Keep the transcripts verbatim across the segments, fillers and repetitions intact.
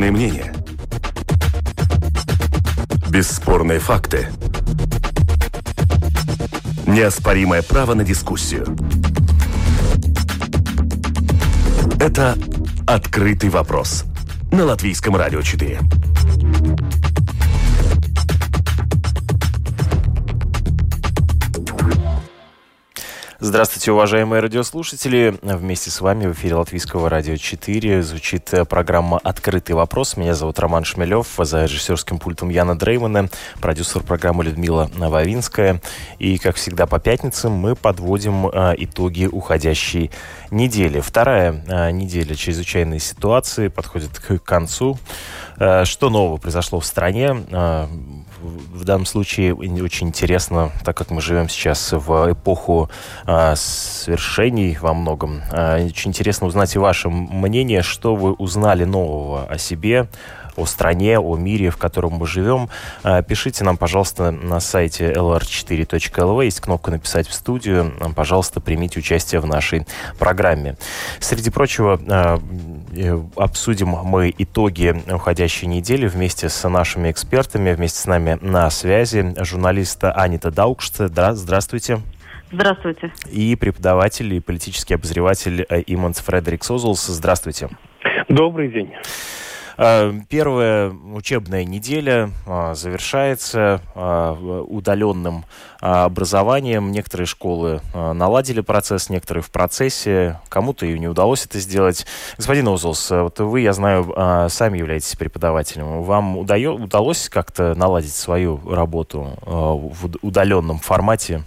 Экспертные мнения. Бесспорные факты. Неоспоримое право на дискуссию. Это «Открытый вопрос» на Латвийском радио четыре. Здравствуйте, уважаемые радиослушатели. Вместе с вами в эфире Латвийского радио четыре звучит программа «Открытый вопрос». Меня зовут Роман Шмелев, за режиссерским пультом Яна Дреймана, продюсер программы Людмила Вавинская. И, как всегда, по пятницам мы подводим а, итоги уходящей недели. Вторая а, неделя чрезвычайной ситуации подходит к концу. А, что нового произошло в стране? А, В данном случае очень интересно, так как мы живем сейчас в эпоху а, свершений во многом, а, очень интересно узнать и ваше мнение, что вы узнали нового о себе, о стране, о мире, в котором мы живем. А, пишите нам, пожалуйста, на сайте эл эр четыре точка эл ви. Есть кнопка «Написать в студию». Пожалуйста, примите участие в нашей программе. Среди прочего, а, обсудим мы итоги уходящей недели вместе с нашими экспертами. Вместе с нами на связи журналист Анита Даукште. Здравствуйте. Здравствуйте. И преподаватель и политический обозреватель Иманс Фредерикс Озолс. Здравствуйте. Добрый день. Первая учебная неделя завершается удаленным образованием. Некоторые школы наладили процесс, некоторые в процессе. Кому-то и не удалось это сделать. Господин Озолс, вот вы, я знаю, сами являетесь преподавателем. Вам удалось как-то наладить свою работу в удаленном формате?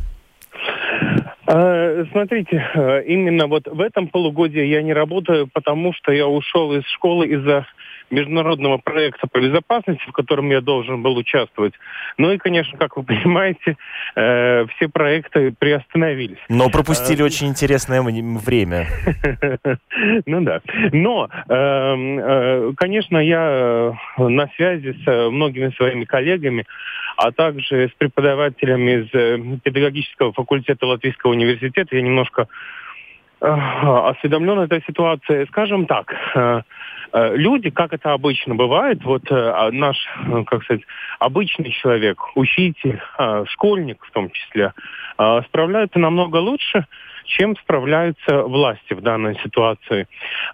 Смотрите, именно вот в этом полугодии я не работаю, потому что я ушел из школы из-за международного проекта по безопасности, в котором я должен был участвовать. Ну и, конечно, как вы понимаете, э, все проекты приостановились. Но пропустили а, очень интересное время. Ну да. Но, конечно, я на связи с многими своими коллегами, а также с преподавателями из педагогического факультета Латвийского университета. Я немножко осведомлен этой ситуации. Скажем так, люди, как это обычно бывает, вот наш, как сказать, обычный человек, учитель, школьник в том числе, справляются намного лучше, чем справляются власти в данной ситуации.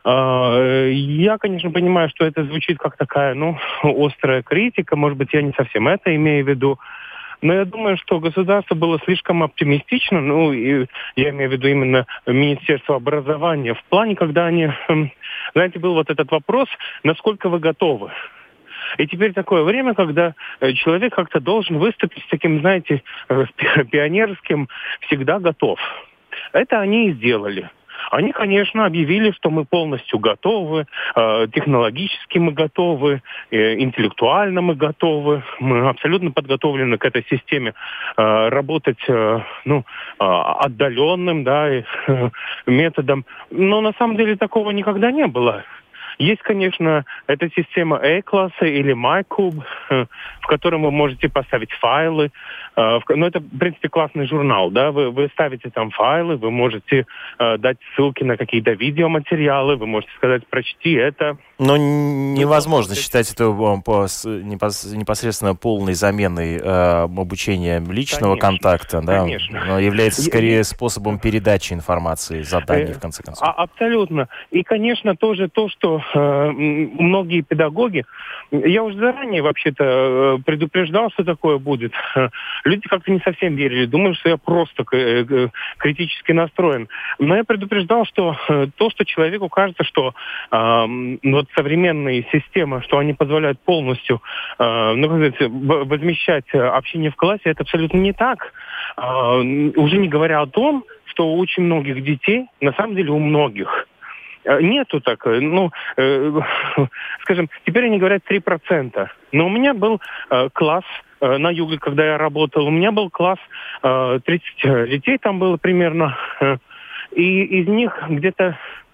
Я, конечно, понимаю, что это звучит как такая, ну, острая критика, может быть, я не совсем это имею в виду, но я думаю, что государство было слишком оптимистично, ну, и я имею в виду именно Министерство образования, в плане, когда они, знаете, был вот этот вопрос, насколько вы готовы. И теперь такое время, когда человек как-то должен выступить с таким, знаете, пионерским «всегда готов». Это они и сделали. Они, конечно, объявили, что мы полностью готовы, э, технологически мы готовы, э, интеллектуально мы готовы, мы абсолютно подготовлены к этой системе э, работать э, ну, э, отдаленным, да, и, э, методом. Но на самом деле такого никогда не было. Есть, конечно, эта система E-класса или MyCube, в котором вы можете поставить файлы. Но это, в принципе, классный журнал, да, вы, вы ставите там файлы, вы можете дать ссылки на какие-то видеоматериалы, вы можете сказать, прочти это. Но невозможно считать это непосредственно полной заменой э, обучения личного конечно, контакта, да? Конечно. Но является скорее способом передачи информации, заданий, в конце концов. Абсолютно. И, конечно, тоже то, что э, многие педагоги, я уже заранее вообще-то предупреждал, что такое будет. Люди как-то не совсем верили, думали, что я просто критически настроен. Но я предупреждал, что то, что человеку кажется, что э, вот современные системы, что они позволяют полностью э, ну, как сказать, возмещать общение в классе, это абсолютно не так. Э, уже не говоря о том, что у очень многих детей, на самом деле у многих, нету так, ну, э, скажем, теперь они говорят три процента. Но у меня был э, класс э, на юге, когда я работал, у меня был класс, э, тридцать детей там было примерно, э, и из них где-то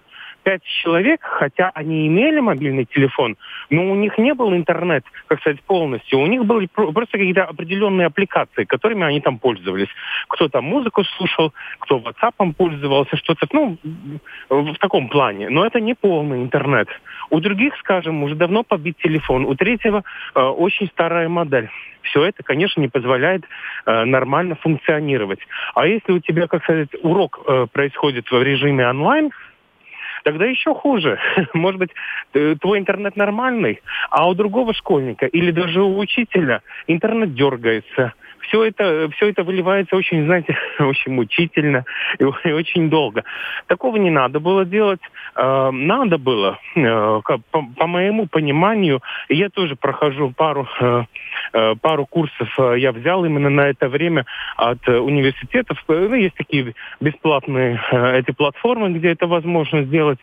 пять человек, хотя они имели мобильный телефон, но у них не был интернет, как сказать, полностью. У них были просто какие-то определенные аппликации, которыми они там пользовались. Кто там музыку слушал, кто WhatsApp пользовался, что-то, ну, в таком плане. Но это не полный интернет. У других, скажем, уже давно побит телефон. У третьего э, очень старая модель. Все это, конечно, не позволяет э, нормально функционировать. А если у тебя, как сказать, урок э, происходит в режиме онлайн, тогда еще хуже. Может быть, твой интернет нормальный, а у другого школьника или даже у учителя интернет дергается. Все это, все это выливается очень, знаете, очень мучительно и, и очень долго. Такого не надо было делать. Э, надо было, э, по, по моему пониманию, я тоже прохожу пару, э, э, пару курсов, э, я взял именно на это время от э, университетов. Ну, есть такие бесплатные э, эти платформы, где это возможно сделать.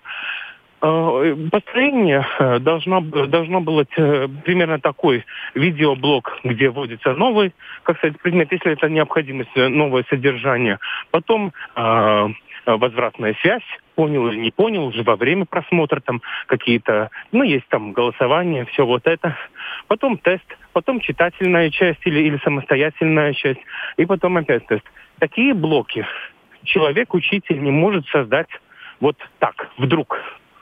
Построение должно, должно быть примерно такой видеоблог, где вводится новый, как сказать, предмет, если это необходимость, новое содержание. Потом э, возвратная связь, понял или не понял, уже во время просмотра там какие-то, ну, есть там голосование, все вот это. Потом тест, потом читательная часть или, или самостоятельная часть, и потом опять тест. Такие блоки человек, учитель, не может создать вот так, вдруг.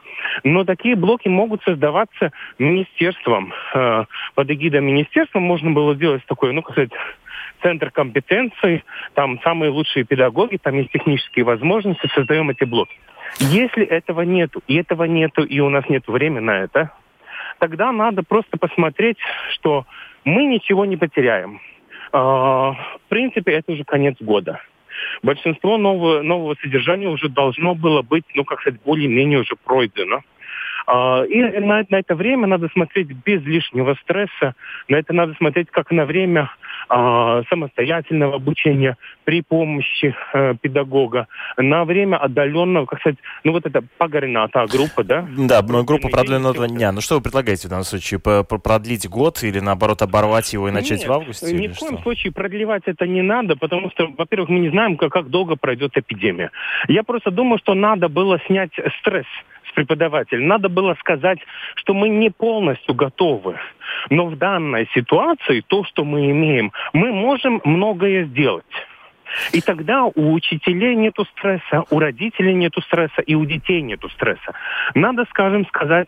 Но такие блоки могут создаваться министерством. Э, под эгидой министерства можно было сделать такой, ну, как сказать, центр компетенций, там самые лучшие педагоги, там есть технические возможности, создаем эти блоки. Если этого нету, и этого нету, и у нас нет времени на это, тогда надо просто посмотреть, что мы ничего не потеряем. Э, в принципе, это уже конец года. Большинство нового, нового содержания уже должно было быть, ну, как сказать, более-менее уже пройдено. А, и на, на это время надо смотреть без лишнего стресса. На это надо смотреть как на время а, самостоятельного обучения при помощи а, педагога, на время отдаленного, как сказать, ну, вот это погорена, та группа, да? Да, группа продленного дня. Ну, что вы предлагаете в данном случае? Продлить год или, наоборот, оборвать его и начать Нет, в августе? Ни в коем что? случае продлевать это не надо, потому что, во-первых, мы не знаем, как, как долго пройдет эпидемия. Я просто думаю, что надо было снять стресс с преподавателя. Надо было сказать, что мы не полностью готовы. Но в данной ситуации то, что мы имеем, мы можем многое сделать. И тогда у учителей нету стресса, у родителей нету стресса и у детей нету стресса. Надо, скажем, сказать,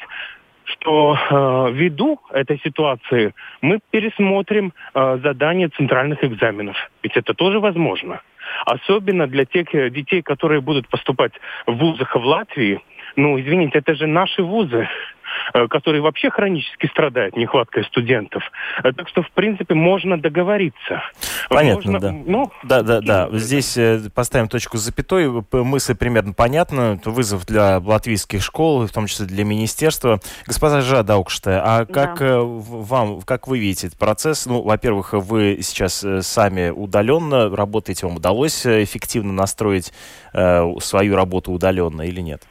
что э, ввиду этой ситуации мы пересмотрим э, задания центральных экзаменов. Ведь это тоже возможно. Особенно для тех детей, которые будут поступать в вузах в Латвии. Ну, извините, это же наши вузы, которые вообще хронически страдают нехваткой студентов. Так что, в принципе, можно договориться. Понятно, можно, да. Ну, да, да, да. Здесь поставим точку с запятой. Мысль примерно понятна. Вызов для латвийских школ, в том числе для министерства. Госпожа Даукште, а как да. вам, как вы видите этот процесс? Ну, во-первых, вы сейчас сами удаленно работаете. Вам удалось эффективно настроить э, свою работу удаленно или нет?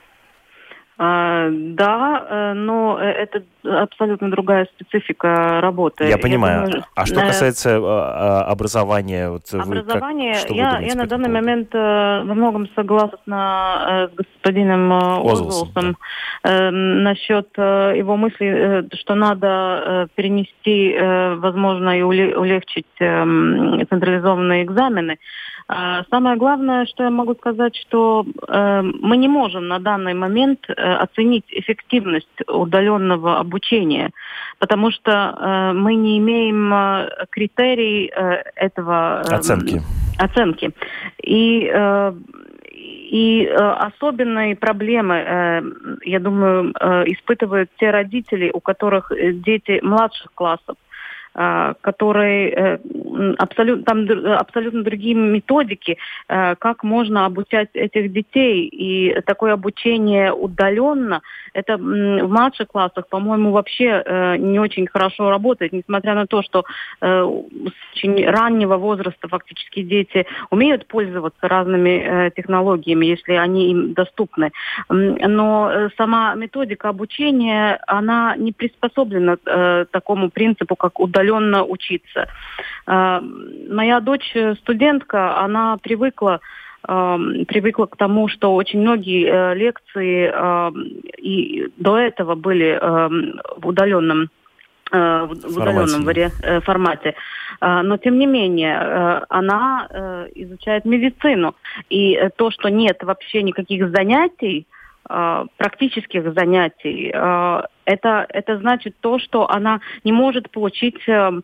Да, но это абсолютно другая специфика работы. Я понимаю. Я думаю, а что касается э, образования? Вот образование, вы как, я, я на данный момент э, во многом согласна э, с господином Озолсом э, насчет э, его мысли, э, что надо э, перенести, э, возможно, и улегчить э, централизованные экзамены. Самое главное, что я могу сказать, что э, мы не можем на данный момент э, оценить эффективность удаленного обучения, потому что э, мы не имеем э, критерий э, этого э, оценки. оценки. И, э, и э, особенные проблемы, э, я думаю, э, испытывают те родители, у которых дети младших классов, которые абсолютно, там абсолютно другие методики, как можно обучать этих детей. И такое обучение удаленно, это в младших классах, по-моему, вообще не очень хорошо работает, несмотря на то, что с очень раннего возраста фактически дети умеют пользоваться разными технологиями, если они им доступны. Но сама методика обучения, она не приспособлена к такому принципу, как удаленно учиться. Моя дочь студентка, она привыкла э, привыкла к тому, что очень многие э, лекции э, и до этого были э, в удаленном в удаленном вари... формате. Но, тем не менее, она изучает медицину. И то, что нет вообще никаких занятий, практических занятий, это, это значит то, что она не может получить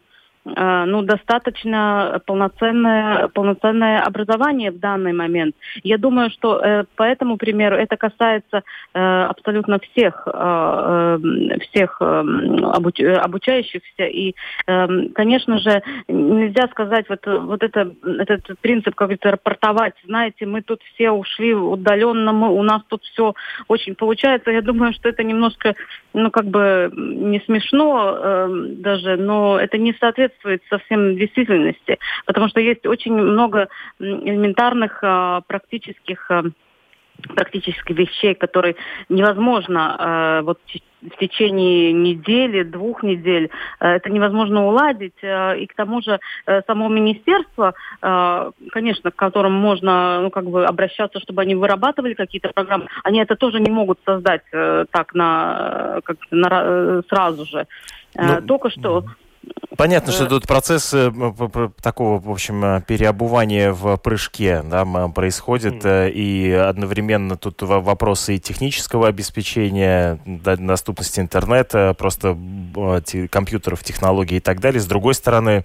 ну, достаточно полноценное, полноценное образование в данный момент. Я думаю, что э, по этому примеру это касается э, абсолютно всех, э, всех э, обуч, обучающихся. И, э, конечно же, нельзя сказать, вот, вот это, этот принцип, как говорится, рапортовать. Знаете, мы тут все ушли удаленно, мы, у нас тут все очень получается. Я думаю, что это немножко, ну, как бы не смешно э, даже, но это не соответствует совсем действительности, потому что есть очень много элементарных а, практических, а, практических вещей, которые невозможно а, вот в течение недели, двух недель, а, это невозможно уладить, а, и к тому же а, само министерство, а, конечно, к которому можно, ну, как бы обращаться, чтобы они вырабатывали какие-то программы, они это тоже не могут создать а, так на, как, на сразу же. А, ну, только что. Понятно, что тут процесс такого, в общем, переобувания в прыжке, да, происходит, mm. и одновременно тут вопросы и технического обеспечения, доступности интернета, просто компьютеров, технологий и так далее. С другой стороны,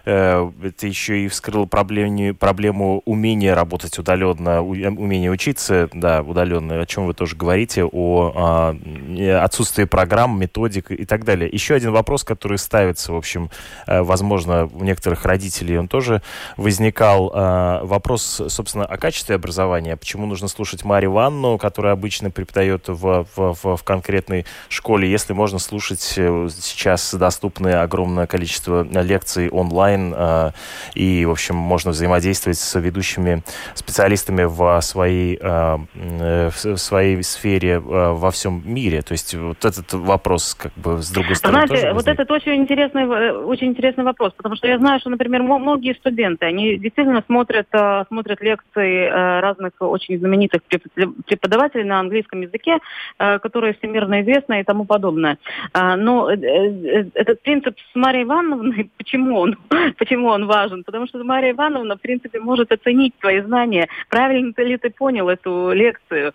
это еще и вскрыло проблему, проблему умения работать удаленно, умения учиться, да, удаленно, о чем вы тоже говорите, о отсутствии программ, методик и так далее. Еще один вопрос, который ставится, в общем, возможно, у некоторых родителей он тоже возникал. Вопрос, собственно, о качестве образования. Почему нужно слушать Марию Ивановну, которая обычно преподает в, в, в конкретной школе, если можно слушать сейчас доступное огромное количество лекций онлайн, и, в общем, можно взаимодействовать с ведущими специалистами в своей, в своей сфере во всем мире. То есть вот этот вопрос, как бы, с другой стороны, знаете, тоже вот этот очень интересный, очень интересный вопрос, потому что я знаю, что, например, многие студенты, они действительно смотрят, смотрят лекции разных очень знаменитых преподавателей на английском языке, которые всемирно известны и тому подобное. Но этот принцип с Марией Ивановной, почему он, почему он важен? Потому что Мария Ивановна, в принципе, может оценить твои знания, правильно ли ты понял эту лекцию.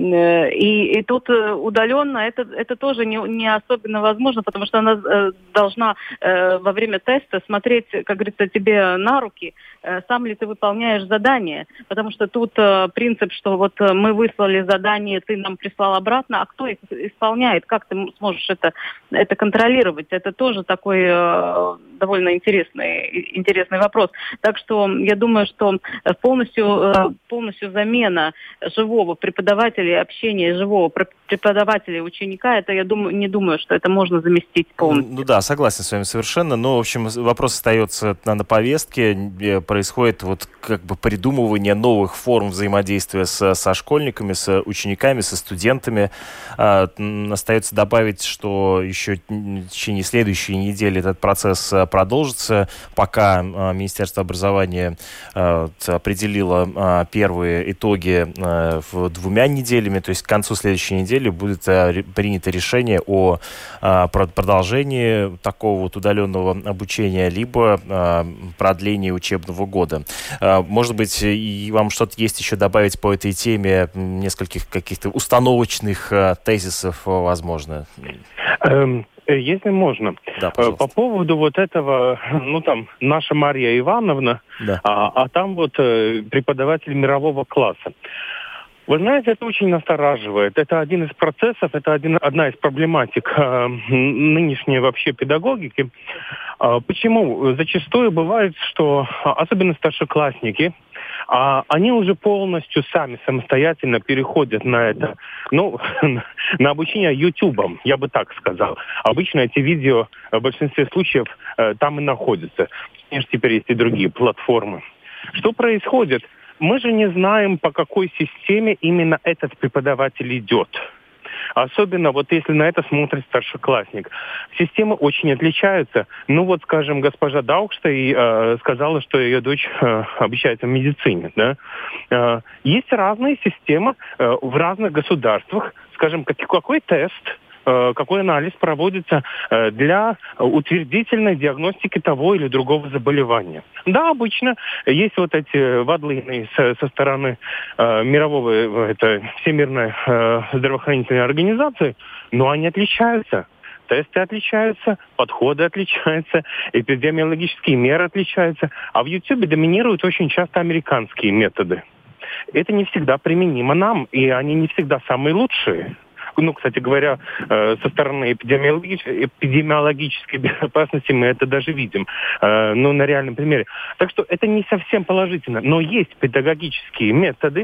И, и тут удаленно это, это тоже не, не особенно возможно, потому что она должна во время теста смотреть, как говорится, тебе на руки, сам ли ты выполняешь задание. Потому что тут принцип, что вот мы выслали задание, ты нам прислал обратно, а кто их исполняет? Как ты сможешь это, это контролировать? Это тоже такой довольно интересный, интересный вопрос. Так что я думаю, что полностью, полностью замена живого преподавателя и общения живого преподавателя и ученика, это я думаю, не думаю, что это можно заместить полностью. Ну да, согласен с вами совершенно. Но, в общем, вопрос остается на, на повестке. Происходит вот как бы придумывание новых форм взаимодействия с, со школьниками, с учениками, со студентами. А, остается добавить, что еще в течение следующей недели этот процесс продолжится, пока а, Министерство образования а, определило а, первые итоги а, в двумя неделями, то есть к концу следующей недели будет а, принято решение о а, продолжении такого вот удаленного обучения, либо а, продлении учебного года. А, может быть, и вам что-то есть еще добавить по этой теме, нескольких каких-то установочных а, тезисов, возможно? Эм, если можно. Да, по поводу вот этого, ну там, наша Мария Ивановна, да. а, а там вот э, преподаватель мирового класса. Вы знаете, это очень настораживает. Это один из процессов, это один, одна из проблематик э, нынешней вообще педагогики. Э, почему? Зачастую бывает, что особенно старшеклассники, э, они уже полностью сами самостоятельно переходят на это, ну, на обучение ютубом, я бы так сказал. Обычно эти видео в большинстве случаев э, там и находятся. Конечно, теперь есть и другие платформы. Что происходит? Мы же не знаем, по какой системе именно этот преподаватель идет. Особенно вот если на это смотрит старшеклассник. Системы очень отличаются. Ну вот, скажем, госпожа Даукштай э, сказала, что ее дочь э, обучается в медицине. Да? Э, есть разные системы э, в разных государствах. Скажем, как, какой тест, э, какой анализ проводится э, для утвердительной диагностики того или другого заболевания. Да, обычно есть вот эти вадлины со, со стороны э, мирового, это Всемирной э, здравоохранительной организации, но они отличаются. Тесты отличаются, подходы отличаются, эпидемиологические меры отличаются. А в Ютубе доминируют очень часто американские методы. Это не всегда применимо нам, и они не всегда самые лучшие. Ну, кстати говоря, со стороны эпидемиологической, эпидемиологической безопасности мы это даже видим. Ну, на реальном примере. Так что это не совсем положительно. Но есть педагогические методы,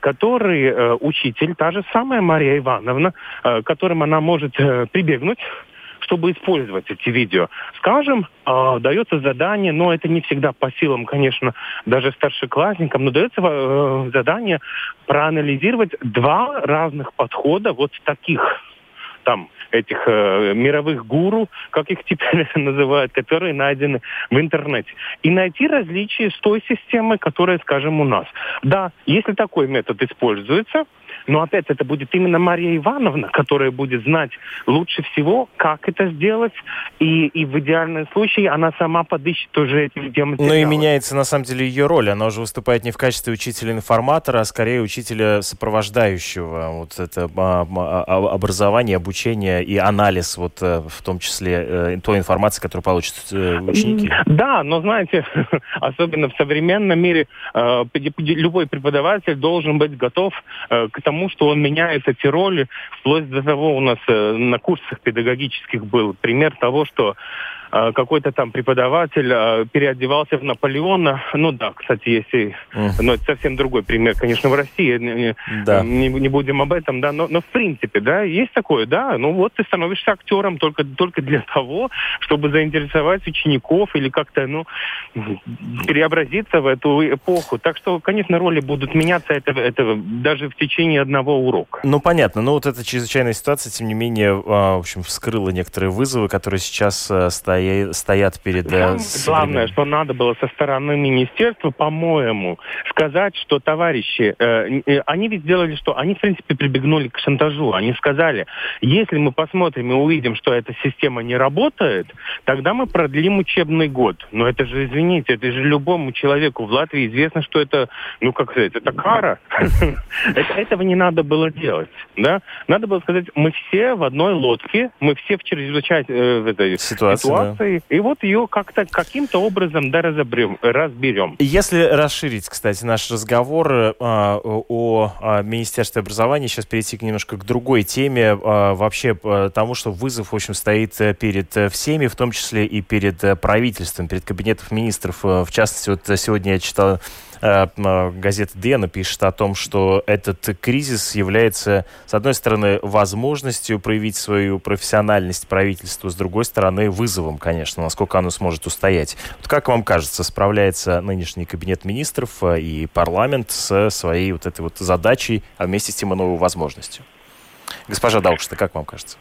которые учитель, та же самая Мария Ивановна, к которым она может прибегнуть, чтобы использовать эти видео. Скажем, э, дается задание, но это не всегда по силам, конечно, даже старшеклассникам, но дается э, задание проанализировать два разных подхода вот таких там этих э, мировых гуру, как их теперь называют, которые найдены в интернете. И найти различия с той системой, которая, скажем, у нас. Да, если такой метод используется, но опять это будет именно Мария Ивановна, которая будет знать лучше всего, как это сделать, и, и в идеальном случае она сама подыщет уже эти видеоматериалы. Ну и меняется на самом деле ее роль. Она уже выступает не в качестве учителя-информатора, а скорее учителя сопровождающего. Вот это а, а, образование, обучение и анализ, вот в том числе той информации, которую получат ученики. Да, но знаете, особенно в современном мире любой преподаватель должен быть готов к тому, что он меняет эти роли. Вплоть до того у нас на курсах педагогических был пример того, что какой-то там преподаватель переодевался в Наполеона. Ну да, кстати, если... Mm. Но это совсем другой пример, конечно, в России. Да. Не, не будем об этом, да. Но, но в принципе, да, есть такое, да. Ну вот ты становишься актером только, только для того, чтобы заинтересовать учеников или как-то, ну, преобразиться в эту эпоху. Так что, конечно, роли будут меняться это, это даже в течение одного урока. Ну, понятно. Но вот эта чрезвычайная ситуация, тем не менее, в общем, вскрыла некоторые вызовы, которые сейчас стоят стоят перед... Самое главное, что надо было со стороны министерства, по-моему, сказать, что товарищи, э, э, они ведь сделали что? Они, в принципе, прибегнули к шантажу. Они сказали, если мы посмотрим и увидим, что эта система не работает, тогда мы продлим учебный год. Но это же, извините, это же любому человеку в Латвии известно, что это, ну, как сказать, это кара. Этого не надо было делать. Надо было сказать, мы все в одной лодке, мы все в чрезвычайной ситуации, и вот ее как-то каким-то образом да, разобрем, разберем. Если расширить, кстати, наш разговор э, о, о Министерстве образования, сейчас перейти немножко к другой теме, э, вообще э, тому, что вызов, в общем, стоит перед всеми, в том числе и перед правительством, перед кабинетом министров. В частности, вот сегодня я читал, газета «Дена» пишет о том, что этот кризис является, с одной стороны, возможностью проявить свою профессиональность правительству, с другой стороны, вызовом, конечно, насколько оно сможет устоять. Вот как вам кажется, справляется нынешний кабинет министров и парламент со своей вот этой вот задачей, а вместе с тем и новой возможностью? Госпожа Даукштай, как вам кажется?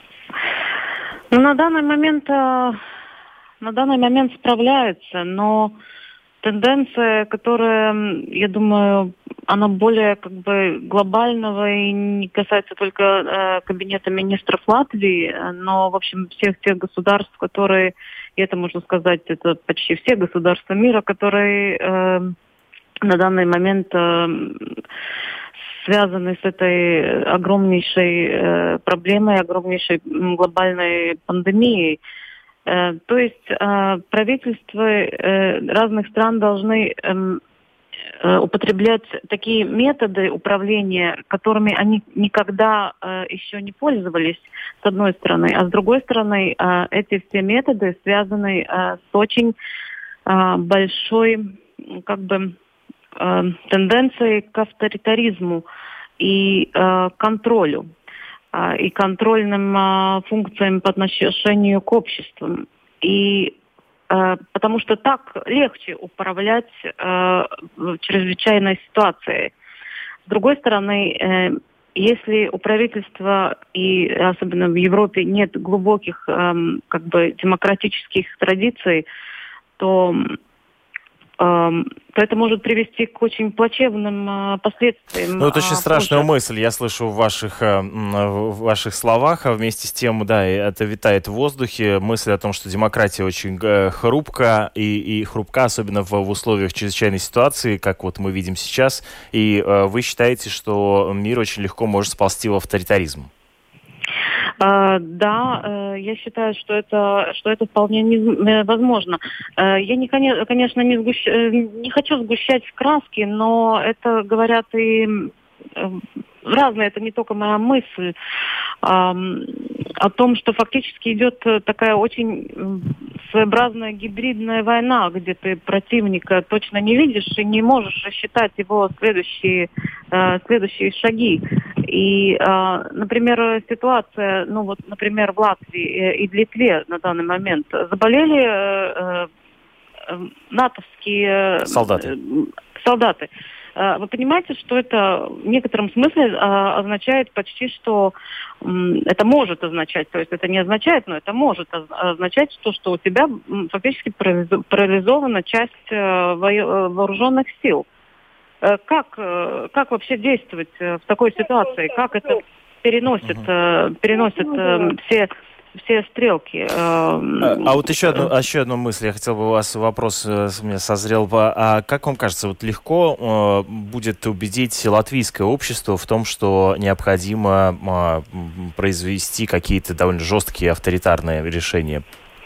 Ну, на данный момент, на данный момент справляется, но тенденция, которая, я думаю, она более как бы глобального и не касается только э, кабинета министров Латвии, но, в общем, всех тех государств, которые, и это можно сказать, это почти все государства мира, которые э, на данный момент э, связаны с этой огромнейшей э, проблемой, огромнейшей глобальной пандемией. То есть правительства разных стран должны употреблять такие методы управления, которыми они никогда еще не пользовались, с одной стороны. А с другой стороны, эти все методы связаны с очень большой как бы, тенденцией к авторитаризму и контролю. И контрольным а, функциям по отношению к обществу. И а, потому что так легче управлять а, в чрезвычайной ситуации. С другой стороны, э, если у правительства и особенно в Европе нет глубоких эм, как бы демократических традиций, то, эм, то это может привести к очень плачевным э, последствиям. Ну, это очень а, страшная позже. мысль, я слышу в ваших, э, в ваших словах, а вместе с тем, да, это витает в воздухе, мысль о том, что демократия очень э, хрупка, и, и хрупка, особенно в, в условиях чрезвычайной ситуации, как вот мы видим сейчас, и э, вы считаете, что мир очень легко может сползти в авторитаризм? Uh, да, uh, я считаю, что это, что это вполне не, возможно. Uh, я, не, конечно, не, сгущ... не хочу сгущать краски, но это говорят и uh, разные, это не только моя мысль, uh, о том, что фактически идет такая очень своеобразная гибридная война, где ты противника точно не видишь и не можешь рассчитать его следующие, uh, следующие шаги. И, например, ситуация, ну вот, например, в Латвии и в Литве на данный момент заболели натовские солдаты. солдаты. Вы понимаете, что это в некотором смысле означает почти, что это может означать, то есть это не означает, но это может означать, что, что у тебя фактически парализована часть вооруженных сил. Как, как вообще действовать в такой ситуации? Как это переносит, uh-huh. переносит все, все стрелки? А, а вот еще одну, еще одну мысль. Я хотел бы у вас вопрос, у меня созрел. А как вам кажется, вот легко будет убедить латвийское общество в том, что необходимо произвести какие-то довольно жесткие авторитарные решения?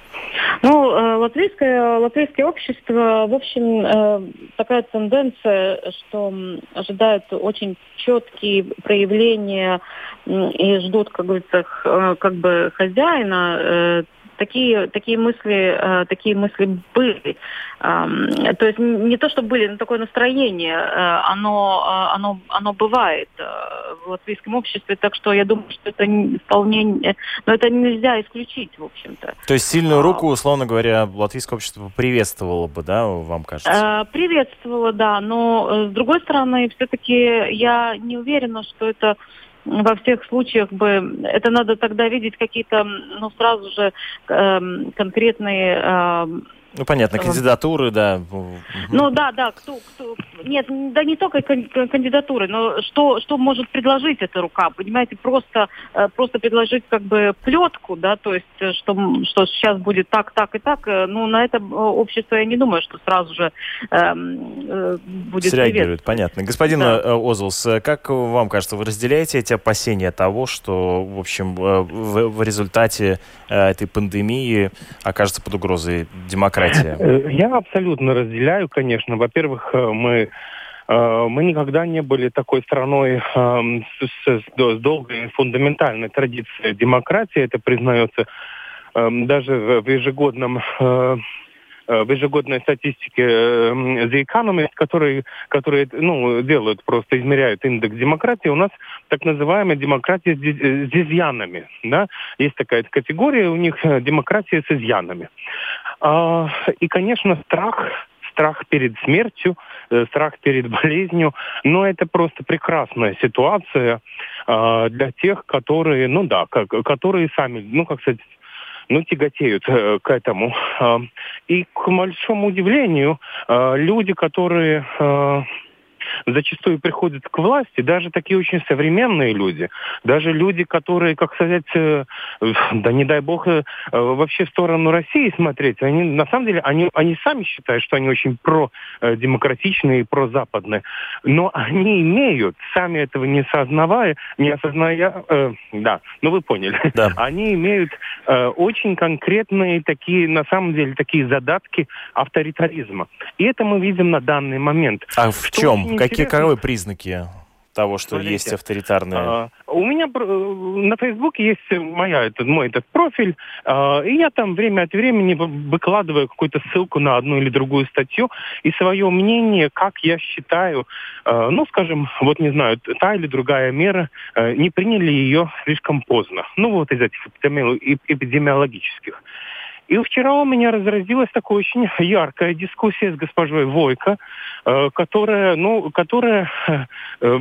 Ну, латвийское, латвийское общество, в общем, такая тенденция, что ожидают очень четкие проявления и ждут, как говорится, как бы хозяина. Такие, такие мысли, такие мысли были. То есть не то, что были, но такое настроение, оно, оно, оно бывает в латвийском обществе, так что я думаю, что это вполне, но это нельзя исключить, в общем-то. То есть сильную руку, условно говоря, латвийское общество приветствовало бы, да, вам кажется? Приветствовало, да, но с другой стороны, все-таки я не уверена, что это во всех случаях бы, это надо тогда видеть какие-то, ну, сразу же э, конкретные... Э, Ну, понятно, кандидатуры, да. Ну, да, да, кто, кто... Нет, да не только кандидатуры, но что, что может предложить эта рука, понимаете, просто, просто предложить как бы плетку, да, то есть, что, что сейчас будет так, так и так, ну, на это общество, я не думаю, что сразу же э, будет среагирует, понятно. Господин да. Озолс, как вам кажется, вы разделяете эти опасения того, что, в общем, в, в результате этой пандемии окажется под угрозой демократии? Я абсолютно разделяю, конечно. Во-первых, мы, мы никогда не были такой страной с, с, с долгой фундаментальной традицией демократии. Это признается даже в ежегодном... в ежегодной статистике The Economist, которые, которые ну, делают, просто измеряют индекс демократии, у нас так называемая демократия с изъянами. Да? Есть такая категория у них демократия с изъянами. И, конечно, страх, страх перед смертью, страх перед болезнью, но это просто прекрасная ситуация для тех, которые, ну да, которые сами, ну, как сказать, ну, тяготеют э, к этому. Э, и, к большому удивлению, э, люди, которые э, зачастую приходят к власти, даже такие очень современные люди, даже люди, которые, как сказать, э, да не дай бог, э, вообще в сторону России смотреть, они, на самом деле, они, они сами считают, что они очень продемократичные и прозападные, но они имеют, сами этого не осознавая, не осознавая, э, да, ну вы поняли, да. Они имеют э, очень конкретные такие, на самом деле, такие задатки авторитаризма. И это мы видим на данный момент. А в чем? Какие каковы признаки того, что Смотрите, есть авторитарные? А, у меня на Фейсбуке есть моя, этот, мой этот профиль, а, и я там время от времени выкладываю какую-то ссылку на одну или другую статью и свое мнение, как я считаю, а, ну, скажем, вот не знаю, та или другая мера, а, не приняли ее слишком поздно. Ну, вот из этих эпидемиологических. И вчера у меня разразилась такая очень яркая дискуссия с госпожой Войко, э, которая, ну, которая, э,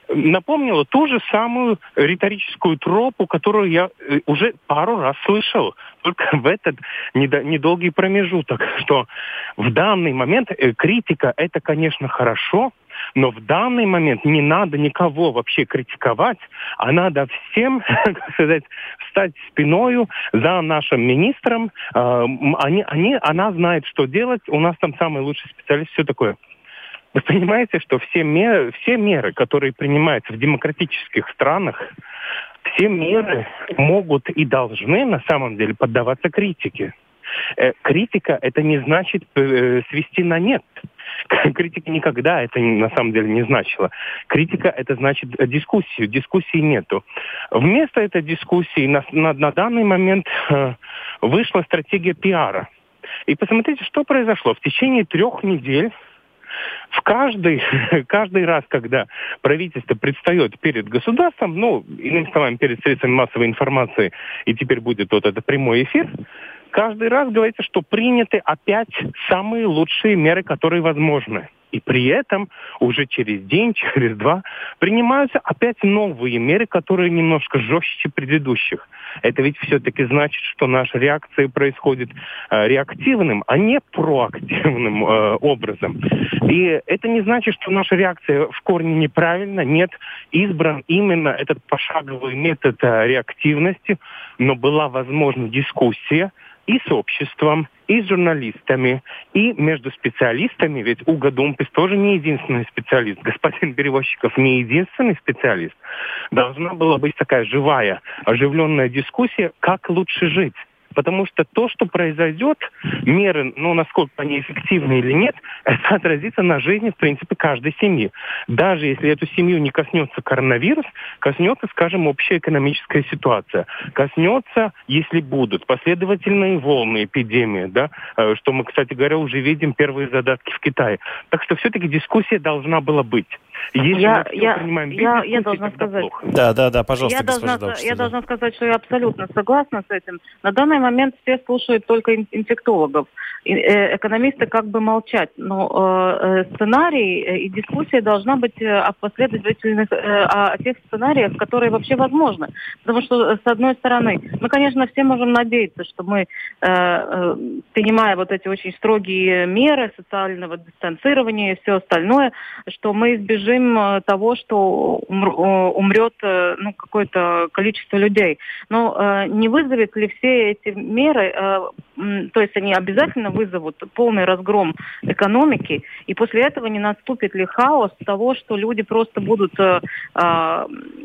напомнило ту же самую риторическую тропу, которую я уже пару раз слышал, только в этот недолгий промежуток, что в данный момент критика — это, конечно, хорошо, но в данный момент не надо никого вообще критиковать, а надо всем, как сказать, встать спиною за нашим министром. Они, они, она знает, что делать, у нас там самый лучший специалист, все такое. Вы понимаете, что все меры, все меры, которые принимаются в демократических странах, все меры могут и должны на самом деле поддаваться критике. Э, критика — это не значит э, свести на нет. Критика никогда это на самом деле не значила. Критика — это значит дискуссию. Дискуссии нету. Вместо этой дискуссии на, на, на данный момент э, вышла стратегия пиара. И посмотрите, что произошло. В течение трех недель в каждый, каждый раз, когда правительство предстает перед государством, ну, иными словами, перед средствами массовой информации, и теперь будет вот этот прямой эфир, каждый раз говорится, что приняты опять самые лучшие меры, которые возможны. И при этом уже через день, через два принимаются опять новые меры, которые немножко жестче предыдущих. Это ведь все-таки значит, что наша реакция происходит э, реактивным, а не проактивным э, образом. И это не значит, что наша реакция в корне неправильна. Нет, избран именно этот пошаговый метод э, реактивности, но была возможна дискуссия и с обществом, и с журналистами, и между специалистами, ведь Уго Думпис тоже не единственный специалист, господин Перевозчиков не единственный специалист. Должна была быть такая живая, оживленная дискуссия, как лучше жить. Потому что то, что произойдет, меры, ну, насколько они эффективны или нет, это отразится на жизни, в принципе, каждой семьи. Даже если эту семью не коснется коронавирус, коснется, скажем, общая экономическая ситуация. Коснется, если будут последовательные волны эпидемии, да, что мы, кстати говоря, уже видим первые задатки в Китае. Так что все-таки дискуссия должна была быть. Если я, мы все я, принимаем без я, дискуссии, я должна тогда сказать, плохо. Да, да, да, пожалуйста, я должна, Даушкина, я да. должна сказать, что я абсолютно согласна с этим. На данный момент все слушают только инфектологов. Экономисты как бы молчат. Но э, сценарий и дискуссия должна быть о последовательных, э, о тех сценариях, которые вообще возможны. Потому что, с одной стороны, мы, конечно, все можем надеяться, что мы, э, э, принимая вот эти очень строгие меры социального дистанцирования и все остальное, что мы избежим того, что умрет ну, какое-то количество людей. Но э, не вызовет ли все эти меры, э, то есть они обязательно вызовут полный разгром экономики, и после этого не наступит ли хаос того, что люди просто будут... Э, э,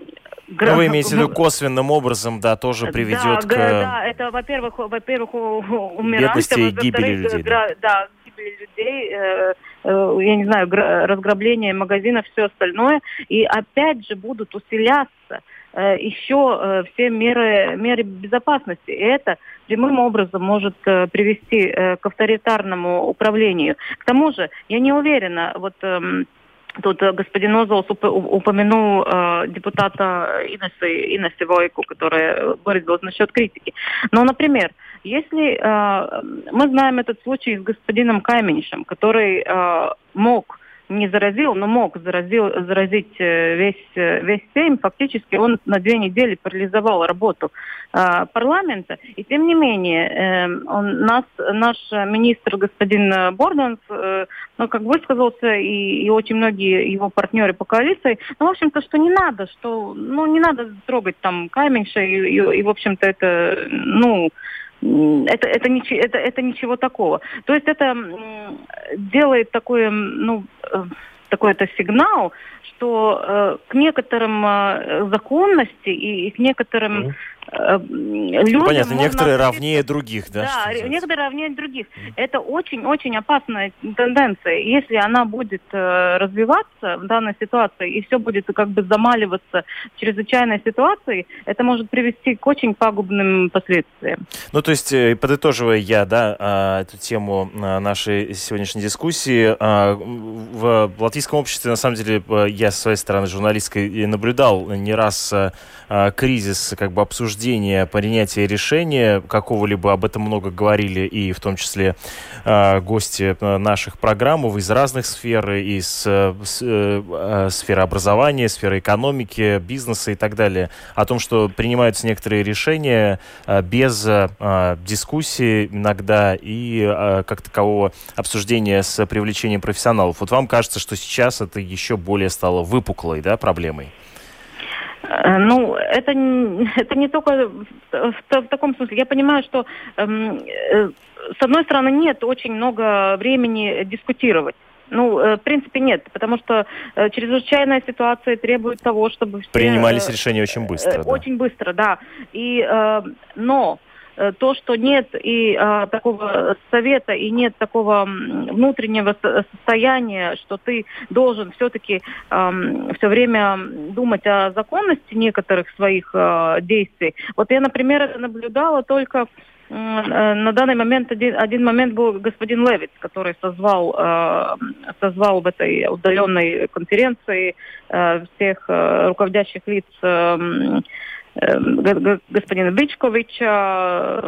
Ну, вы имеете в виду косвенным образом, да, тоже приведет да, к... Да, это, во-первых, во-первых, умирание, бедности и гибели людей. Да, да, гибели людей, э, э, я не знаю, разграбление магазинов, все остальное. И опять же будут усиляться э, еще э, все меры, меры безопасности. И это прямым образом может э, привести э, к авторитарному управлению. К тому же, я не уверена, вот... Э, Тут господин Озолс упомянул э, депутата Инессы, Инессы Войку, которая выразилась насчет критики. Но, например, если э, мы знаем этот случай с господином Кайменишем, который э, мог, не заразил, но мог заразил, заразить весь, весь Сейм, фактически он на две недели парализовал работу э, парламента. И тем не менее, э, он, нас, наш министр господин Борданс, э, ну, как высказался, и, и очень многие его партнеры по коалиции, ну, в общем-то, что не надо, что, ну, не надо трогать там Каймениша, и, и, и, в общем-то, это, ну... Это, это, ничего, это, это ничего такого. То есть это делает такой, ну, такой-то сигнал, что э, к некоторым э, законности и, и к некоторым э, людям... Понятно, некоторые относиться... равнее других, да? Да, некоторые равнее других. Mm. Это очень-очень опасная тенденция. Если она будет э, развиваться в данной ситуации, и все будет как бы замаливаться в чрезвычайной ситуации, это может привести к очень пагубным последствиям. Ну, то есть, подытоживая я, да, эту тему нашей сегодняшней дискуссии, в Латвийском латвийском обществе, на самом деле, я со своей стороны журналистской наблюдал не раз кризис как бы обсуждения, принятия решения какого-либо, об этом много говорили, и в том числе гости наших программ из разных сфер, из сферы образования, сферы экономики, бизнеса и так далее, о том, что принимаются некоторые решения без дискуссии иногда и как такового обсуждения с привлечением профессионалов. Вот вам кажется, что сейчас это еще более стало выпуклой, да, проблемой? Ну, это, это не только в, в, в таком смысле. Я понимаю, что э, э, с одной стороны нет очень много времени дискутировать. Ну, э, в принципе, нет, потому что э, чрезвычайная ситуация требует того, чтобы все... Принимались э, решения очень быстро, э, да. Очень быстро, да. И, э, но... То, что нет и а, такого совета, и нет такого внутреннего состояния, что ты должен все-таки а, все время думать о законности некоторых своих а, действий. Вот я, например, наблюдала только а, на данный момент, один, один момент был господин Левиц, который созвал, а, созвал в этой удаленной конференции а, всех а, руководящих лиц а, господина Бичковича,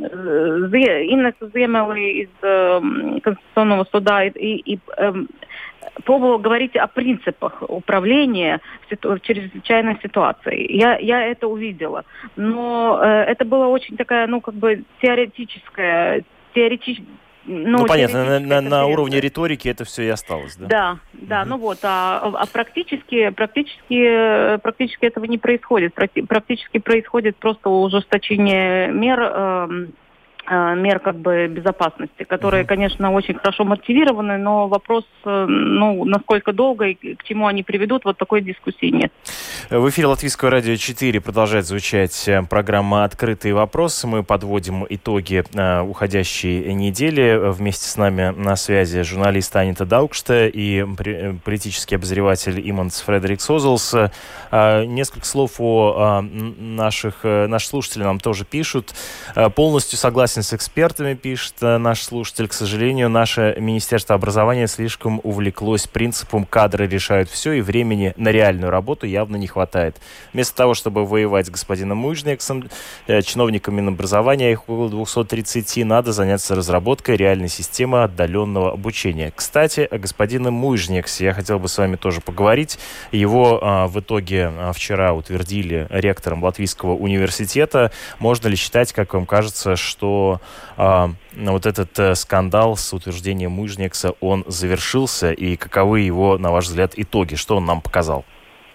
Инесу Земели из Конституционного суда и, и, и пробовал говорить о принципах управления в чрезвычайной ситуации. Я, я это увидела. Но э, это была очень такая, ну, как бы теоретическая, теоретическая, Ну, ну понятно, на, на, на уровне риторики это все и осталось, да? Да, да, угу. ну вот, а, а практически, практически, практически этого не происходит. Практически происходит просто ужесточение мер, э, э, мер как бы безопасности, которые, угу. конечно, очень хорошо мотивированы, но вопрос, э, ну, насколько долго и к чему они приведут, вот такой дискуссии нет. В эфире Латвийского радио четыре продолжает звучать программа «Открытые вопросы». Мы подводим итоги э, уходящей недели. Вместе с нами на связи журналист Анита Даукште и при, политический обозреватель Иманс Фредерикс Озелс. Э, несколько слов о э, наших... Э, наши слушатели нам тоже пишут. Э, полностью согласен с экспертами, пишет э, наш слушатель. К сожалению, наше Министерство образования слишком увлеклось принципом «кадры решают все», и времени на реальную работу явно не хватает. Вместо того, чтобы воевать с господином Мужниксом, чиновником Минобразования, их около двести тридцать, надо заняться разработкой реальной системы отдаленного обучения. Кстати, о господине Мужниксе я хотел бы с вами тоже поговорить. Его а, в итоге а, вчера утвердили ректором Латвийского университета. Можно ли считать, как вам кажется, что а, вот этот а, скандал с утверждением Мужникса, он завершился, и каковы его, на ваш взгляд, итоги? Что он нам показал?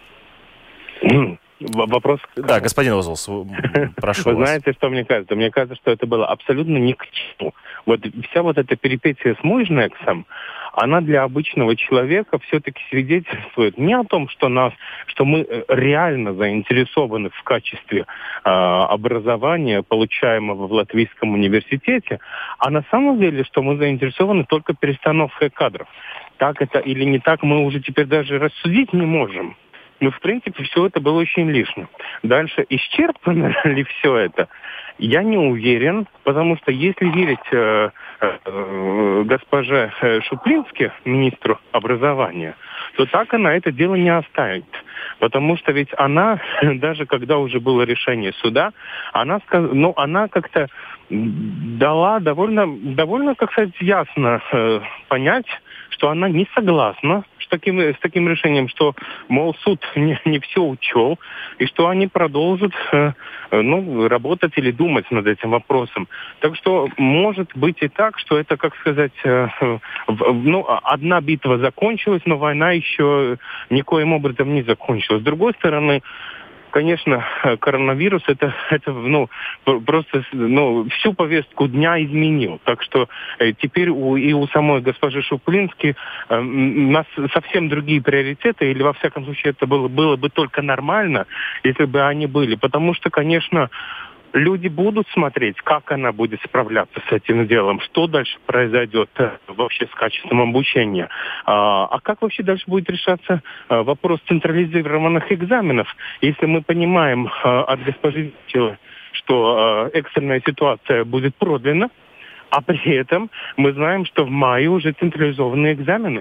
Вопрос... Да, господин Озелс, прошу Вы вас. знаете, что мне кажется? Мне кажется, что это было абсолютно ни к чему. Вот вся вот эта перипетия с Мужниксом, она для обычного человека все-таки свидетельствует не о том, что нас, что мы реально заинтересованы в качестве э, образования, получаемого в Латвийском университете, а на самом деле, что мы заинтересованы только перестановкой кадров. Так это или не так, мы уже теперь даже рассудить не можем. Ну, в принципе, все это было очень лишним. Дальше, исчерпано ли все это, я не уверен, потому что если верить э, э, госпоже Шуплински, министру образования, то так она это дело не оставит. Потому что ведь она, даже когда уже было решение суда, она, ну, она как-то дала довольно, довольно, как сказать, ясно э, понять, что она не согласна с таким, с таким решением, что, мол, суд не, не все учел, и что они продолжат э, ну, работать или думать над этим вопросом. Так что может быть и так, что это, как сказать, э, в, ну, одна битва закончилась, но война еще никоим образом не закончилась. С другой стороны, конечно, коронавирус это, это ну, просто ну, всю повестку дня изменил. Так что э, теперь у, и у самой госпожи Шуплински э, у нас совсем другие приоритеты, или во всяком случае это было, было бы только нормально, если бы они были. Потому что, конечно, люди будут смотреть, как она будет справляться с этим делом, что дальше произойдет вообще с качеством обучения. А, а как вообще дальше будет решаться а, вопрос централизированных экзаменов, если мы понимаем а, от госпожи, что а, экстренная ситуация будет продлена, а при этом мы знаем, что в мае уже централизованные экзамены.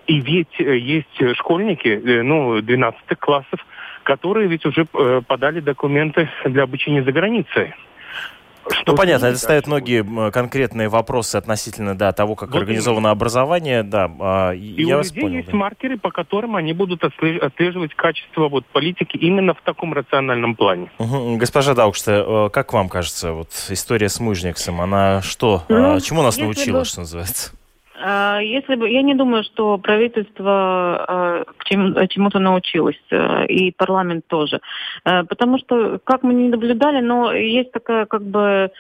И ведь есть школьники, ну, двенадцатых классов, которые ведь уже подали документы для обучения за границей. Что ну, понятно, это ставит многие конкретные вопросы относительно да, того, как вот организовано именно. образование. Да, и я у людей понял, есть да. маркеры, по которым они будут отслеживать качество вот, политики именно в таком рациональном плане. Угу. Госпожа Даукште, как вам кажется, вот история с Мужниксом, она что, ну, чему нас научила, бы... что называется? Если бы, я не думаю, что правительство к чему, чему-то научилось, и парламент тоже. Потому что, как мы не наблюдали, но есть такая, как бы,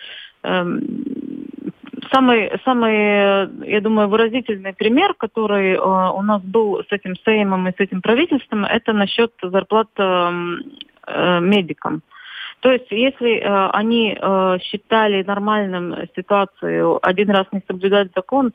самый, самый, я думаю, выразительный пример, который у нас был с этим Сеймом и с этим правительством, это насчет зарплат медикам. То есть, если э, они э, считали нормальным ситуацию один раз не соблюдать закон,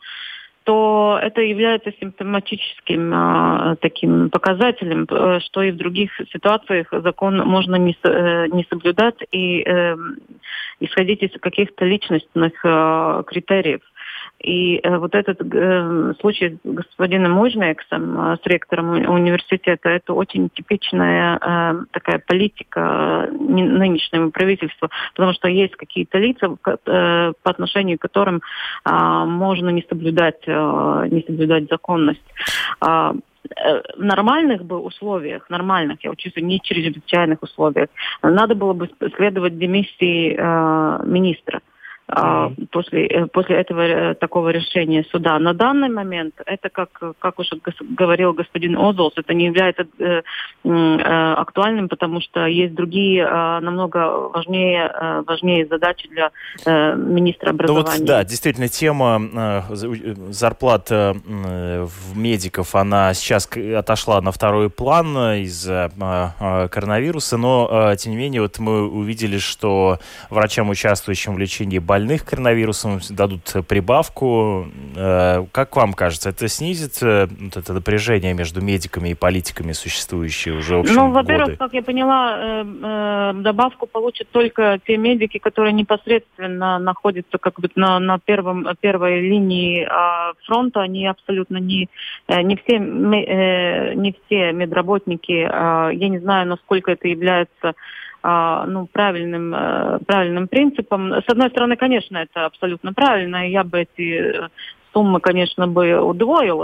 то это является симптоматическим э, таким показателем, э, что и в других ситуациях закон можно не, э, не соблюдать и э, исходить из каких-то личностных э, критериев. И э, вот этот э, случай с господином Мужниксом, э, с ректором уни- университета, это очень типичная э, такая политика нынешнего правительства, потому что есть какие-то лица, э, по отношению к которым э, можно не соблюдать, э, не соблюдать законность. Э, в нормальных бы условиях, нормальных, я учусь, не чрезвычайных условиях, надо было бы следовать демиссии э, министра. Mm-hmm. После, после этого такого решения суда. На данный момент это, как, как уже говорил господин Озолс, это не является э, э, актуальным, потому что есть другие э, намного важнее, э, важнее задачи для э, министра образования. Ну вот, да, действительно, тема э, зарплат э, медиков, она сейчас отошла на второй план из-за э, коронавируса, но, э, тем не менее, вот мы увидели, что врачам, участвующим в лечении больных, больных коронавирусом, дадут прибавку. Как вам кажется, это снизит вот это напряжение между медиками и политиками, существующие уже в общем Ну, во-первых, годы? Как я поняла, добавку получат только те медики, которые непосредственно находятся как бы на, на первом, первой линии фронта. Они абсолютно не, не, все, не все медработники. Я не знаю, насколько это является ну, правильным, правильным принципом. С одной стороны, конечно, это абсолютно правильно. Я бы эти суммы, конечно, бы удвоила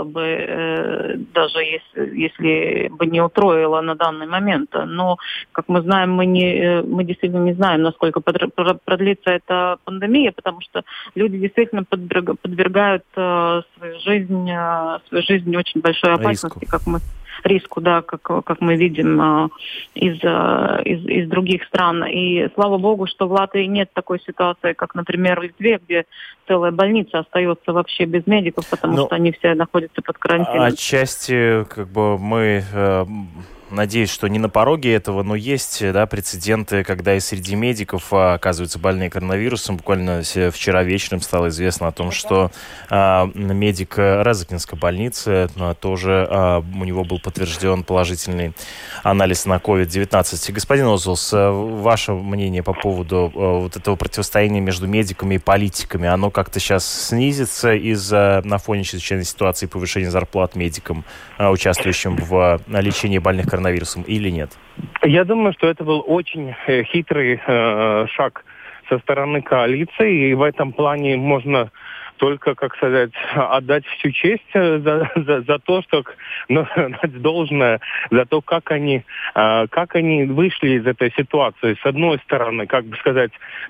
бы, даже если, если бы не утроила на данный момент. Но, как мы знаем, мы, не, мы действительно не знаем, насколько продлится эта пандемия, потому что люди действительно подвергают свою жизнь, свою жизнь очень большой опасности, риску. как мы риску, да, как, как мы видим э, из, э, из, из других стран. И слава богу, что в Латвии нет такой ситуации, как, например, в Литве, где целая больница остается вообще без медиков, потому ну, что они все находятся под карантином. Отчасти, как бы, мы... Э... Надеюсь, что не на пороге этого, но есть да, прецеденты, когда и среди медиков а, оказываются больные коронавирусом. Буквально вчера вечером стало известно о том, что а, медик Резекненской больницы а, тоже а, у него был подтвержден положительный анализ на ковид девятнадцать. Господин Озолс, ваше мнение по поводу а, вот этого противостояния между медиками и политиками, оно как-то сейчас снизится из-за на фоне чрезвычайной ситуации повышения зарплат медикам, а, участвующим в а, лечении больных коронавирусом? коронавирусом или нет? Я думаю, что это был очень э, хитрый э, шаг со стороны коалиции, и в этом плане можно только, как сказать, отдать всю честь за, за, за то, что ну, должное, за то, как они, э, как они вышли из этой ситуации. С одной стороны, как бы сказать,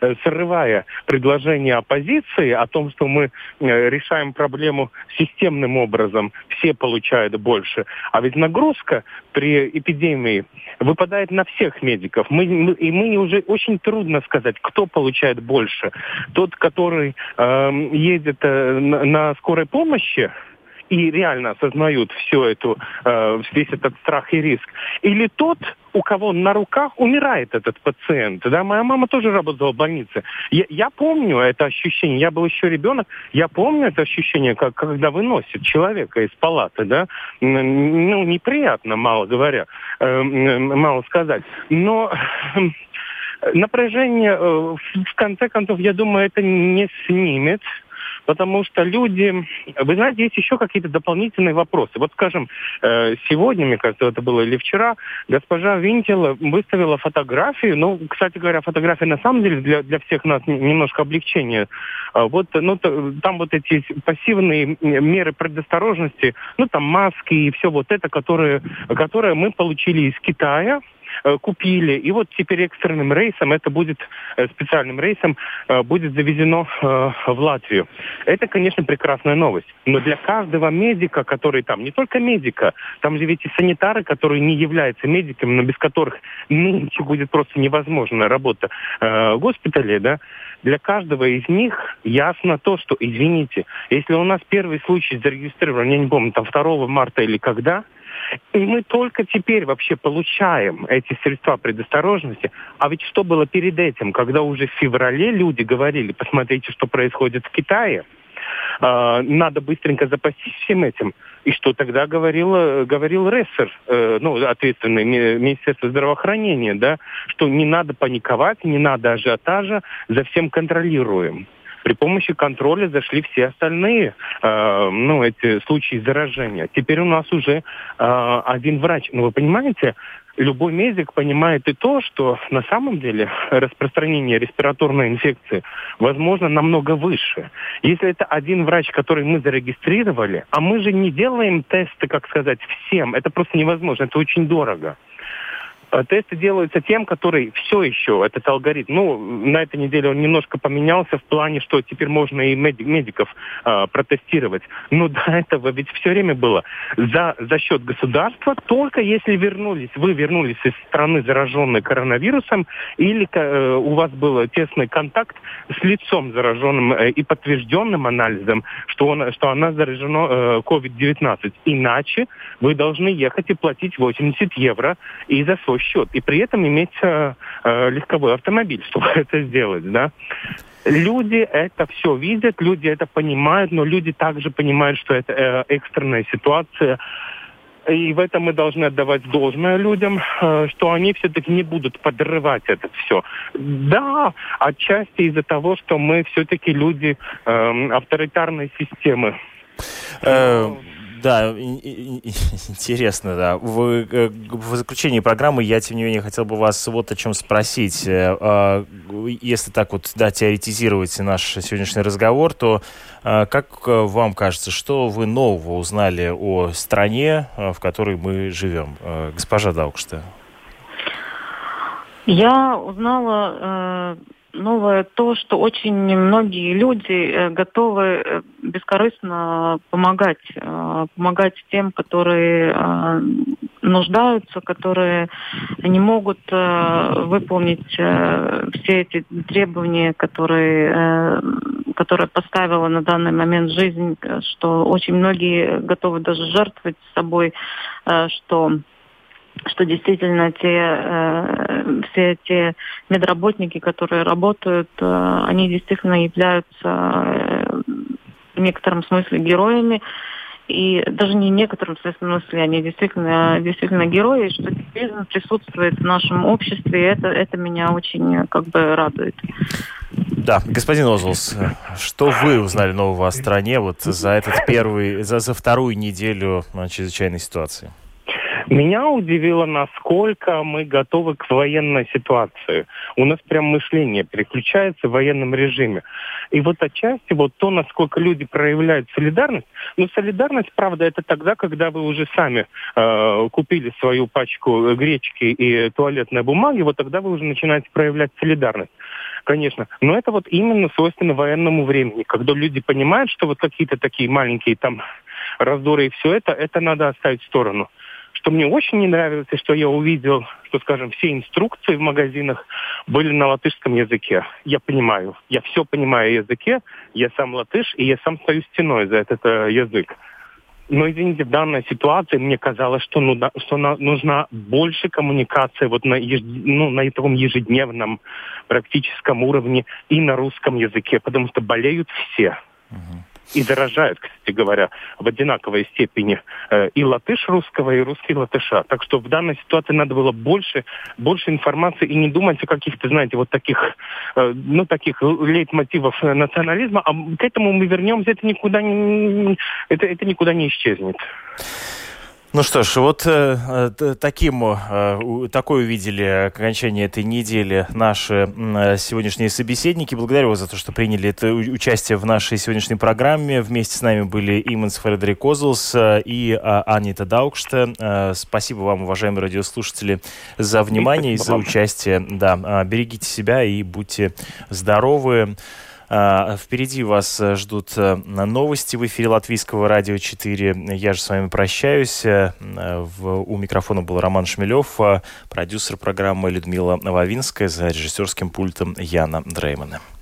срывая предложение оппозиции о том, что мы э, решаем проблему системным образом, все получают больше. А ведь нагрузка при эпидемии выпадает на всех медиков. Мы, мы, и мы уже очень трудно сказать, кто получает больше. Тот, который э, едет э, на, на скорой помощи и реально осознают всю эту, э, весь этот страх и риск. Или тот, у кого на руках умирает этот пациент. Да? Моя мама тоже работала в больнице. Я, я помню это ощущение. Я был еще ребенок. Я помню это ощущение, как, когда выносят человека из палаты. Да? Ну, неприятно, мало говоря. Э, мало сказать. Но... Напряжение, в конце концов, я думаю, это не снимет, потому что люди... Вы знаете, есть еще какие-то дополнительные вопросы. Вот, скажем, сегодня, мне кажется, это было или вчера, госпожа Винтила выставила фотографию. Ну, кстати говоря, фотография на самом деле для, для всех нас немножко облегчение. Вот, ну, там вот эти пассивные меры предосторожности, ну, там маски и все вот это, которое, которое мы получили из Китая, купили, и вот теперь экстренным рейсом, это будет специальным рейсом, будет завезено в Латвию. Это, конечно, прекрасная новость. Но для каждого медика, который там, не только медика, там же ведь и санитары, которые не являются медиками, но без которых нынче будет просто невозможная работа в госпитале, да, для каждого из них ясно то, что, извините, если у нас первый случай зарегистрирован, я не помню, там второго марта или когда, и мы только теперь вообще получаем эти средства предосторожности. А ведь что было перед этим, когда уже в феврале люди говорили, посмотрите, что происходит в Китае, э, надо быстренько запастись всем этим. И что тогда говорил, говорил Рессер, э, ну, ответственный Министерство здравоохранения, да, что не надо паниковать, не надо ажиотажа, за всем контролируем. При помощи контроля зашли все остальные э, ну, эти случаи заражения. Теперь у нас уже э, один врач. Но вы понимаете, любой медик понимает и то, что на самом деле распространение респираторной инфекции возможно намного выше. Если это один врач, который мы зарегистрировали, а мы же не делаем тесты, как сказать, всем, это просто невозможно, это очень дорого. Тесты делаются тем, который все еще, этот алгоритм, ну, на этой неделе он немножко поменялся в плане, что теперь можно и медик, медиков э, протестировать. Но до этого ведь все время было за, за счет государства, только если вернулись, вы вернулись из страны, зараженной коронавирусом, или э, у вас был тесный контакт с лицом зараженным э, и подтвержденным анализом, что, он, что она заражена э, ковид девятнадцать. Иначе вы должны ехать и платить восемьдесят евро и за свой счет. И при этом иметь э, э, легковой автомобиль, чтобы это сделать, да. Люди это все видят, люди это понимают, но люди также понимают, что это э, экстренная ситуация. И в этом мы должны отдавать должное людям, э, что они все-таки не будут подрывать это все. Да, отчасти из-за того, что мы все-таки люди э, авторитарной системы. Да, интересно, да. В, в заключении программы я, тем не менее, хотел бы вас вот о чем спросить. Если так вот, да, теоретизировать наш сегодняшний разговор, то как вам кажется, что вы нового узнали о стране, в которой мы живем? Госпожа Даукште. Я узнала... Новое то, что очень многие люди готовы бескорыстно помогать, помогать тем, которые нуждаются, которые не могут выполнить все эти требования, которые, которые поставила на данный момент жизнь, что очень многие готовы даже жертвовать собой, что что действительно те, э, все те медработники, которые работают, э, они действительно являются э, в некотором смысле героями. И даже не в некотором смысле, они действительно, действительно герои, что действительно присутствует в нашем обществе, и это, это меня очень как бы радует. Да, господин Озолс, что вы узнали нового о стране вот за этот первый, за, за вторую неделю чрезвычайной ситуации? Меня удивило, насколько мы готовы к военной ситуации. У нас прям мышление переключается в военном режиме. И вот отчасти вот то, насколько люди проявляют солидарность. Но солидарность, правда, это тогда, когда вы уже сами э, купили свою пачку гречки и туалетной бумаги, вот тогда вы уже начинаете проявлять солидарность. Конечно. Но это вот именно свойственно военному времени, когда люди понимают, что вот какие-то такие маленькие там раздоры и все это, это надо оставить в сторону. Что мне очень не нравилось, и что я увидел, что, скажем, все инструкции в магазинах были на латышском языке. Я понимаю, я все понимаю о языке, я сам латыш, и я сам стою стеной за этот э, язык. Но, извините, в данной ситуации мне казалось, что, ну, что на, нужна больше коммуникации вот на, еж, ну, на этом ежедневном практическом уровне и на русском языке, потому что болеют все. и дорожают, кстати говоря, в одинаковой степени э, и латыш русского, и русский латыша. Так что в данной ситуации надо было больше, больше информации и не думать о каких-то, знаете, вот таких, э, ну, таких лейтмотивов национализма. А к этому мы вернемся, это никуда не, это, это никуда не исчезнет. Ну что ж, вот э, таким, э, такое увидели окончание этой недели наши э, сегодняшние собеседники. Благодарю вас за то, что приняли это участие в нашей сегодняшней программе. Вместе с нами были Иманс Фредерик Озулс э, и э, Анита Даукште. Э, спасибо вам, уважаемые радиослушатели, за внимание и за участие. Да, э, берегите себя и будьте здоровы. Впереди вас ждут новости в эфире Латвийского радио четыре. Я же с вами прощаюсь. У микрофона был Роман Шмелев, продюсер программы Людмила Вавинская, за режиссерским пультом Яна Дреймана.